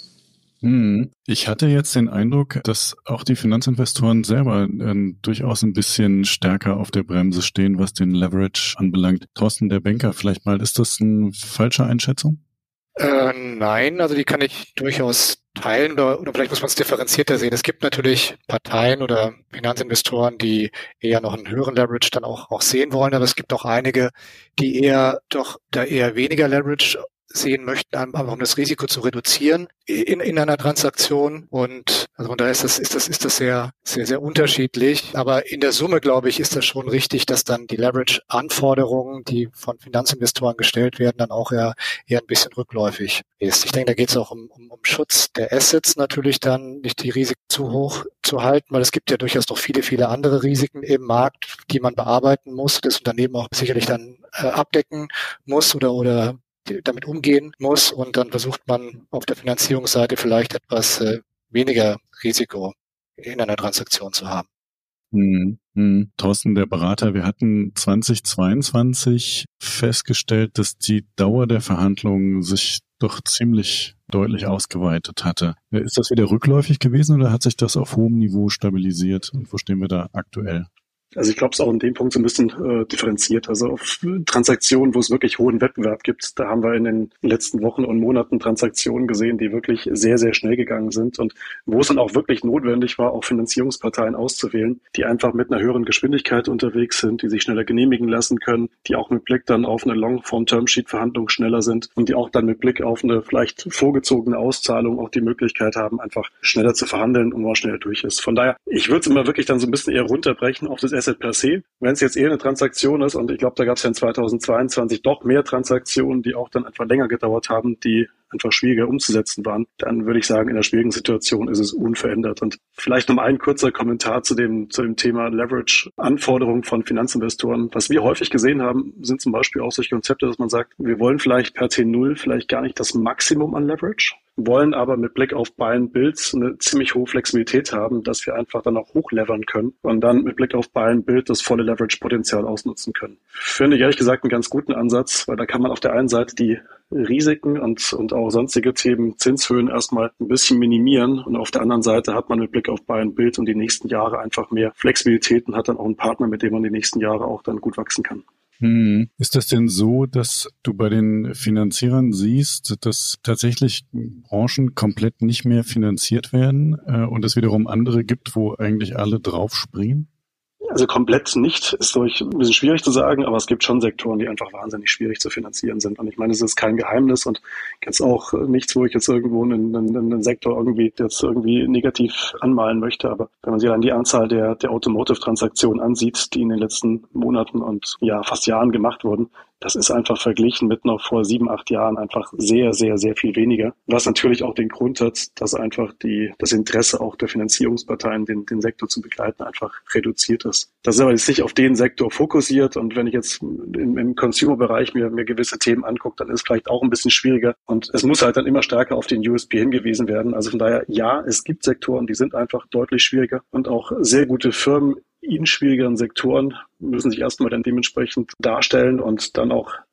Ich hatte jetzt den Eindruck, dass auch die Finanzinvestoren selber äh, durchaus ein bisschen stärker auf der Bremse stehen, was den Leverage anbelangt. Thorsten, der Banker, vielleicht mal, ist das eine falsche Einschätzung? Äh, nein, also die kann ich durchaus teilen oder, oder vielleicht muss man es differenzierter sehen. Es gibt natürlich Parteien oder Finanzinvestoren, die eher noch einen höheren Leverage dann auch, auch sehen wollen, aber es gibt auch einige, die eher doch da eher weniger Leverage sehen möchten, einfach um das Risiko zu reduzieren in, in einer Transaktion. Und also von daher ist das, ist das, ist das sehr, sehr, sehr unterschiedlich. Aber in der Summe, glaube ich, ist das schon richtig, dass dann die Leverage-Anforderungen, die von Finanzinvestoren gestellt werden, dann auch eher, eher ein bisschen rückläufig ist. Ich denke, da geht es auch um, um, um Schutz der Assets natürlich dann, nicht die Risiken zu hoch zu halten, weil es gibt ja durchaus noch viele, viele andere Risiken im Markt, die man bearbeiten muss, das Unternehmen auch sicherlich dann äh, abdecken muss oder, oder damit umgehen muss, und dann versucht man auf der Finanzierungsseite vielleicht etwas äh, weniger Risiko in einer Transaktion zu haben. Hm, hm. Thorsten, der Berater, wir hatten zweitausendzweiundzwanzig festgestellt, dass die Dauer der Verhandlungen sich doch ziemlich deutlich ausgeweitet hatte. Ist das wieder rückläufig gewesen oder hat sich das auf hohem Niveau stabilisiert? Und wo stehen wir da aktuell? Also ich glaube, es ist auch in dem Punkt so ein bisschen äh, differenziert. Also auf Transaktionen, wo es wirklich hohen Wettbewerb gibt, da haben wir in den letzten Wochen und Monaten Transaktionen gesehen, die wirklich sehr, sehr schnell gegangen sind und wo es dann auch wirklich notwendig war, auch Finanzierungsparteien auszuwählen, die einfach mit einer höheren Geschwindigkeit unterwegs sind, die sich schneller genehmigen lassen können, die auch mit Blick dann auf eine Long-Form-Termsheet-Verhandlung schneller sind und die auch dann mit Blick auf eine vielleicht vorgezogene Auszahlung auch die Möglichkeit haben, einfach schneller zu verhandeln und mal schneller durch ist. Von daher, ich würde es immer wirklich dann so ein bisschen eher runterbrechen auf das Asset per se. Wenn es jetzt eher eine Transaktion ist, und ich glaube, da gab es ja in zweitausendzweiundzwanzig doch mehr Transaktionen, die auch dann einfach länger gedauert haben, die einfach schwieriger umzusetzen waren, dann würde ich sagen, in der schwierigen Situation ist es unverändert. Und vielleicht noch ein kurzer Kommentar zu dem, zu dem Thema Leverage-Anforderungen von Finanzinvestoren. Was wir häufig gesehen haben, sind zum Beispiel auch solche Konzepte, dass man sagt, wir wollen vielleicht per T null vielleicht gar nicht das Maximum an Leverage, wollen aber mit Blick auf Buy and Builds eine ziemlich hohe Flexibilität haben, dass wir einfach dann auch hochlevern können und dann mit Blick auf Buy and Build das volle Leverage-Potenzial ausnutzen können. Finde ich ehrlich gesagt einen ganz guten Ansatz, weil da kann man auf der einen Seite die Risiken und, und auch sonstige Themen, Zinshöhen erstmal ein bisschen minimieren und auf der anderen Seite hat man mit Blick auf Buy and Build und die nächsten Jahre einfach mehr Flexibilität und hat dann auch einen Partner, mit dem man die nächsten Jahre auch dann gut wachsen kann. Hm. Ist das denn so, dass du bei den Finanzierern siehst, dass tatsächlich Branchen komplett nicht mehr finanziert werden äh, und es wiederum andere gibt, wo eigentlich alle draufspringen? Also komplett nicht, ist durch ein bisschen schwierig zu sagen, aber es gibt schon Sektoren, die einfach wahnsinnig schwierig zu finanzieren sind. Und ich meine, es ist kein Geheimnis und jetzt auch nichts, wo ich jetzt irgendwo einen, einen, einen Sektor irgendwie jetzt irgendwie negativ anmalen möchte. Aber wenn man sich dann die Anzahl der, der Automotive-Transaktionen ansieht, die in den letzten Monaten und ja fast Jahren gemacht wurden, das ist einfach verglichen mit noch vor sieben, acht Jahren einfach sehr, sehr, sehr viel weniger. Was natürlich auch den Grund hat, dass einfach die, das Interesse auch der Finanzierungsparteien, den, den Sektor zu begleiten, einfach reduziert ist. Das ist aber jetzt nicht auf den Sektor fokussiert und wenn ich jetzt im, im Consumer-Bereich mir, mir gewisse Themen angucke, dann ist es vielleicht auch ein bisschen schwieriger und es muss halt dann immer stärker auf den U S P hingewiesen werden. Also von daher, ja, es gibt Sektoren, die sind einfach deutlich schwieriger und auch sehr gute Firmen in schwierigeren Sektoren müssen sich erstmal dann dementsprechend darstellen und dann auch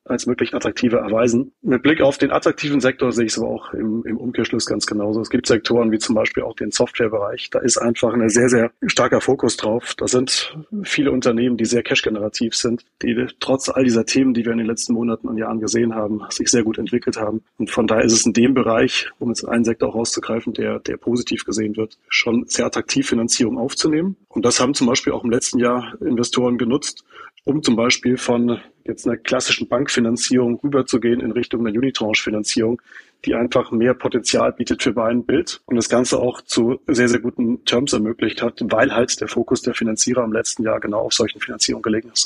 als wirklich attraktiver erweisen. Mit Blick auf den attraktiven Sektor sehe ich es aber auch im, im Umkehrschluss ganz genauso. Es gibt Sektoren wie zum Beispiel auch den Softwarebereich. Da ist einfach ein sehr, sehr starker Fokus drauf. Da sind viele Unternehmen, die sehr cash-generativ sind, die trotz all dieser Themen, die wir in den letzten Monaten und Jahren gesehen haben, sich sehr gut entwickelt haben. Und von daher ist es in dem Bereich, um jetzt einen Sektor auch rauszugreifen, der, der positiv gesehen wird, schon sehr attraktiv, Finanzierung aufzunehmen. Und das haben zum Beispiel auch im letzten Jahr Investoren genutzt, um zum Beispiel von jetzt einer klassischen Bankfinanzierung rüberzugehen in Richtung einer Unitranche-Finanzierung, die einfach mehr Potenzial bietet für Buy and Build und das Ganze auch zu sehr, sehr guten Terms ermöglicht hat, weil halt der Fokus der Finanzierer im letzten Jahr genau auf solchen Finanzierungen gelegen ist.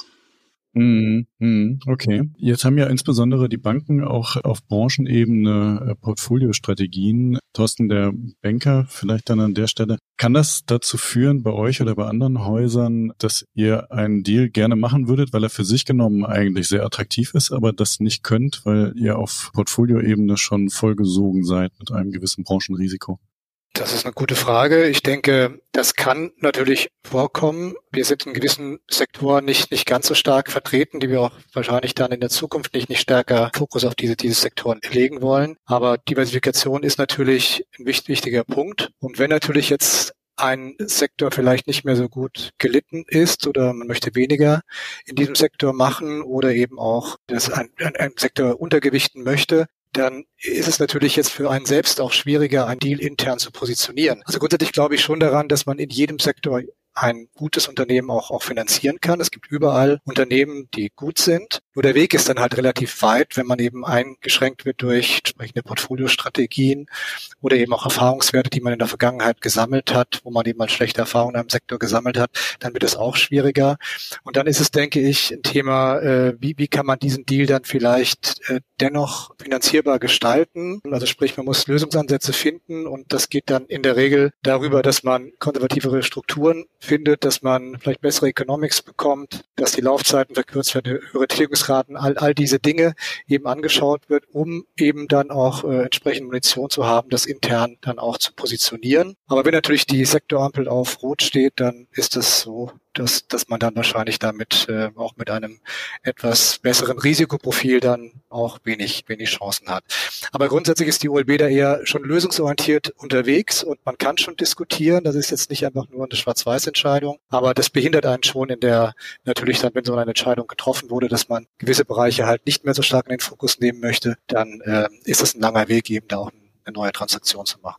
Mhm, okay. Jetzt haben ja insbesondere die Banken auch auf Branchenebene Portfoliostrategien. Thorsten, der Banker, vielleicht dann an der Stelle. Kann das dazu führen bei euch oder bei anderen Häusern, dass ihr einen Deal gerne machen würdet, weil er für sich genommen eigentlich sehr attraktiv ist, aber das nicht könnt, weil ihr auf Portfolioebene schon vollgesogen seid mit einem gewissen Branchenrisiko? Das ist eine gute Frage. Ich denke, das kann natürlich vorkommen. Wir sind in gewissen Sektoren nicht, nicht ganz so stark vertreten, die wir auch wahrscheinlich dann in der Zukunft nicht, nicht stärker Fokus auf diese, diese Sektoren legen wollen. Aber Diversifikation ist natürlich ein wichtiger Punkt. Und wenn natürlich jetzt ein Sektor vielleicht nicht mehr so gut gelitten ist oder man möchte weniger in diesem Sektor machen oder eben auch das ein, ein, ein Sektor untergewichten möchte, dann ist es natürlich jetzt für einen selbst auch schwieriger, einen Deal intern zu positionieren. Also grundsätzlich glaube ich schon daran, dass man in jedem Sektor ein gutes Unternehmen auch, auch finanzieren kann. Es gibt überall Unternehmen, die gut sind. Nur der Weg ist dann halt relativ weit, wenn man eben eingeschränkt wird durch entsprechende Portfoliostrategien oder eben auch Erfahrungswerte, die man in der Vergangenheit gesammelt hat, wo man eben mal schlechte Erfahrungen in einem Sektor gesammelt hat, dann wird es auch schwieriger. Und dann ist es, denke ich, ein Thema, äh, wie, wie kann man diesen Deal dann vielleicht äh, dennoch finanzierbar gestalten? Also sprich, man muss Lösungsansätze finden und das geht dann in der Regel darüber, dass man konservativere Strukturen findet, dass man vielleicht bessere Economics bekommt, dass die Laufzeiten verkürzt werden, höhere Tilgungsraten, all, all diese Dinge eben angeschaut wird, um eben dann auch äh, entsprechende Munition zu haben, das intern dann auch zu positionieren. Aber wenn natürlich die Sektorampel auf Rot steht, dann ist es so, dass, dass man dann wahrscheinlich damit äh, auch mit einem etwas besseren Risikoprofil dann auch wenig, wenig Chancen hat. Aber grundsätzlich ist die O L B da eher schon lösungsorientiert unterwegs und man kann schon diskutieren. Das ist jetzt nicht einfach nur eine Schwarz-Weiß-Entscheidung, aber das behindert einen schon in der, natürlich dann, wenn so eine Entscheidung getroffen wurde, dass man gewisse Bereiche halt nicht mehr so stark in den Fokus nehmen möchte, dann äh, ist es ein langer Weg, eben da auch eine neue Transaktion zu machen.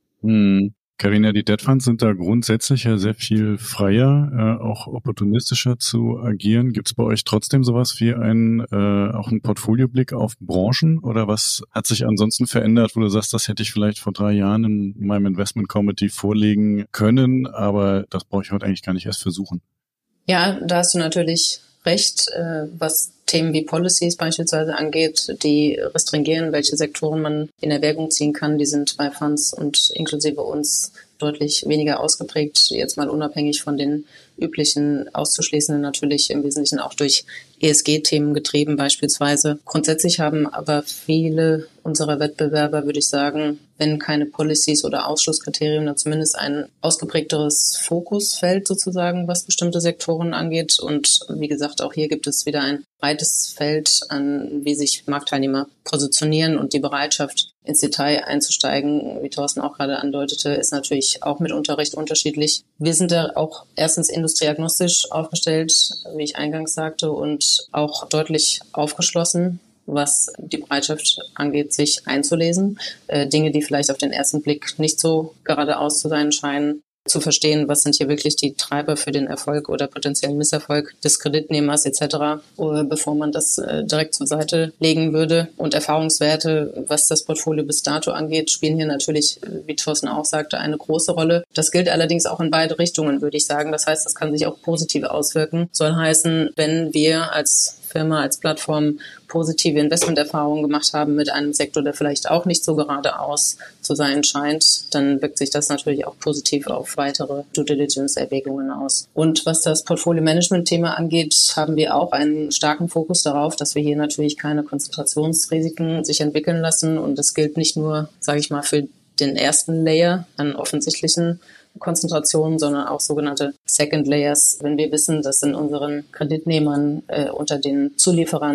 Hm. Carina, die Debt Funds sind da grundsätzlich ja sehr viel freier, äh, auch opportunistischer zu agieren. Gibt es bei euch trotzdem sowas wie ein, äh, auch einen Portfolioblick auf Branchen oder was hat sich ansonsten verändert, wo du sagst, das hätte ich vielleicht vor drei Jahren in meinem Investment Committee vorlegen können, aber das brauche ich heute eigentlich gar nicht erst versuchen? Ja, da hast du natürlich recht, äh, was Themen wie Policies beispielsweise angeht, die restringieren, welche Sektoren man in Erwägung ziehen kann. Die sind bei Funds und inklusive uns deutlich weniger ausgeprägt, jetzt mal unabhängig von den üblichen auszuschließenden, natürlich im Wesentlichen auch durch E S G-Themen getrieben beispielsweise. Grundsätzlich haben aber viele unserer Wettbewerber, würde ich sagen, wenn keine Policies oder Ausschlusskriterien, dann zumindest ein ausgeprägteres Fokusfeld sozusagen, was bestimmte Sektoren angeht. Und wie gesagt, auch hier gibt es wieder ein breites Feld an, wie sich Marktteilnehmer positionieren und die Bereitschaft, ins Detail einzusteigen, wie Thorsten auch gerade andeutete, ist natürlich auch mitunter recht unterschiedlich. Wir sind da auch erstens industrieagnostisch aufgestellt, wie ich eingangs sagte, und auch deutlich aufgeschlossen, was die Bereitschaft angeht, sich einzulesen. Äh, Dinge, die vielleicht auf den ersten Blick nicht so geradeaus zu sein scheinen, zu verstehen, was sind hier wirklich die Treiber für den Erfolg oder potenziellen Misserfolg des Kreditnehmers et cetera, bevor man das äh, direkt zur Seite legen würde. Und Erfahrungswerte, was das Portfolio bis dato angeht, spielen hier natürlich, wie Thorsten auch sagte, eine große Rolle. Das gilt allerdings auch in beide Richtungen, würde ich sagen. Das heißt, das kann sich auch positiv auswirken. Soll heißen, wenn wir als Firma, als Plattform positive Investmenterfahrungen gemacht haben mit einem Sektor, der vielleicht auch nicht so geradeaus zu sein scheint, dann wirkt sich das natürlich auch positiv auf weitere Due Diligence-Erwägungen aus. Und was das Portfolio-Management-Thema angeht, haben wir auch einen starken Fokus darauf, dass wir hier natürlich keine Konzentrationsrisiken sich entwickeln lassen. Und das gilt nicht nur, sage ich mal, für den ersten Layer an offensichtlichen Konzentrationen, sondern auch sogenannte Second Layers. Wenn wir wissen, dass in unseren Kreditnehmern äh, unter den Zulieferern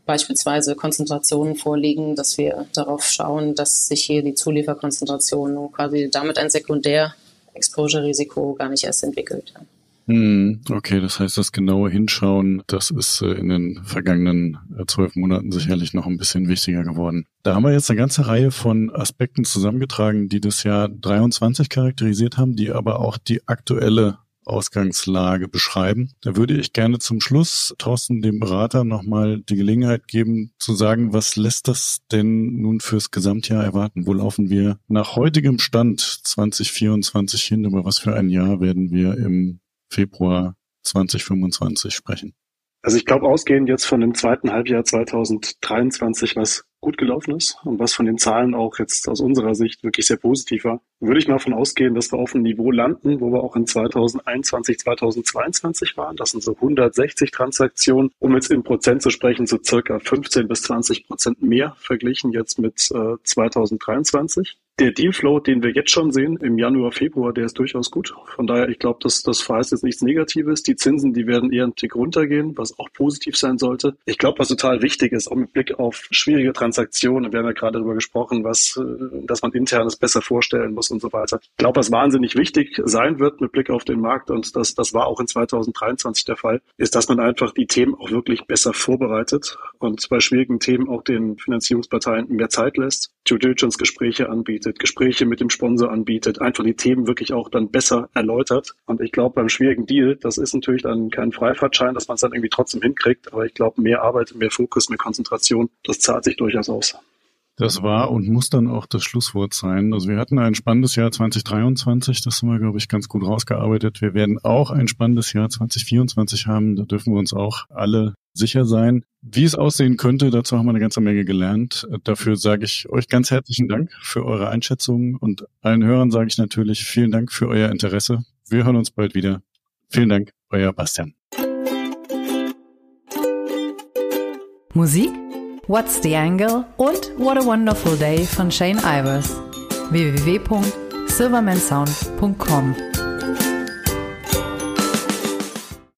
beispielsweise Konzentrationen vorliegen, dass wir darauf schauen, dass sich hier die Zulieferkonzentration und quasi damit ein Sekundär-Exposure-Risiko gar nicht erst entwickelt. Okay, das heißt, das genaue Hinschauen, das ist in den vergangenen zwölf Monaten sicherlich noch ein bisschen wichtiger geworden. Da haben wir jetzt eine ganze Reihe von Aspekten zusammengetragen, die das Jahr dreiundzwanzig charakterisiert haben, die aber auch die aktuelle Ausgangslage beschreiben. Da würde ich gerne zum Schluss Thorsten, dem Berater, nochmal die Gelegenheit geben, zu sagen, was lässt das denn nun fürs Gesamtjahr erwarten? Wo laufen wir nach heutigem Stand zwanzig vierundzwanzig hin? Über was für ein Jahr werden wir im Februar zwanzig fünfundzwanzig sprechen? Also ich glaube, ausgehend jetzt von dem zweiten Halbjahr zwanzig dreiundzwanzig, was gut gelaufen ist und was von den Zahlen auch jetzt aus unserer Sicht wirklich sehr positiv war, würde ich mal davon ausgehen, dass wir auf einem Niveau landen, wo wir auch in zwanzig einundzwanzig, zwanzig zweiundzwanzig waren. Das sind so hundertsechzig Transaktionen, um jetzt in Prozent zu sprechen, so circa fünfzehn bis zwanzig Prozent mehr verglichen jetzt mit äh, zwanzig dreiundzwanzig. Der Dealflow, den wir jetzt schon sehen im Januar, Februar, der ist durchaus gut. Von daher, ich glaube, das, das verheißt jetzt nichts Negatives. Die Zinsen, die werden eher einen Tick runtergehen, was auch positiv sein sollte. Ich glaube, was total wichtig ist, auch mit Blick auf schwierige Transaktionen, wir haben ja gerade darüber gesprochen, was, dass man internes besser vorstellen muss und so weiter. Ich glaube, was wahnsinnig wichtig sein wird mit Blick auf den Markt, und das, das war auch in zwanzig dreiundzwanzig der Fall, ist, dass man einfach die Themen auch wirklich besser vorbereitet und bei schwierigen Themen auch den Finanzierungsparteien mehr Zeit lässt, Due Diligence Gespräche anbietet, Gespräche mit dem Sponsor anbietet, einfach die Themen wirklich auch dann besser erläutert. Und ich glaube, beim schwierigen Deal, das ist natürlich dann kein Freifahrtschein, dass man es dann irgendwie trotzdem hinkriegt, aber ich glaube, mehr Arbeit, mehr Fokus, mehr Konzentration, das zahlt sich durchaus aus. Das war und muss dann auch das Schlusswort sein. Also wir hatten ein spannendes Jahr zwanzig dreiundzwanzig, das haben wir, glaube ich, ganz gut rausgearbeitet. Wir werden auch ein spannendes Jahr zwanzig vierundzwanzig haben, da dürfen wir uns auch alle sicher sein. Wie es aussehen könnte, dazu haben wir eine ganze Menge gelernt. Dafür sage ich euch ganz herzlichen Dank für eure Einschätzungen und allen Hörern sage ich natürlich vielen Dank für euer Interesse. Wir hören uns bald wieder. Vielen Dank, euer Bastian. Musik? What's the Angle und What a Wonderful Day von Shane Ivers. w w w punkt silverman sound punkt com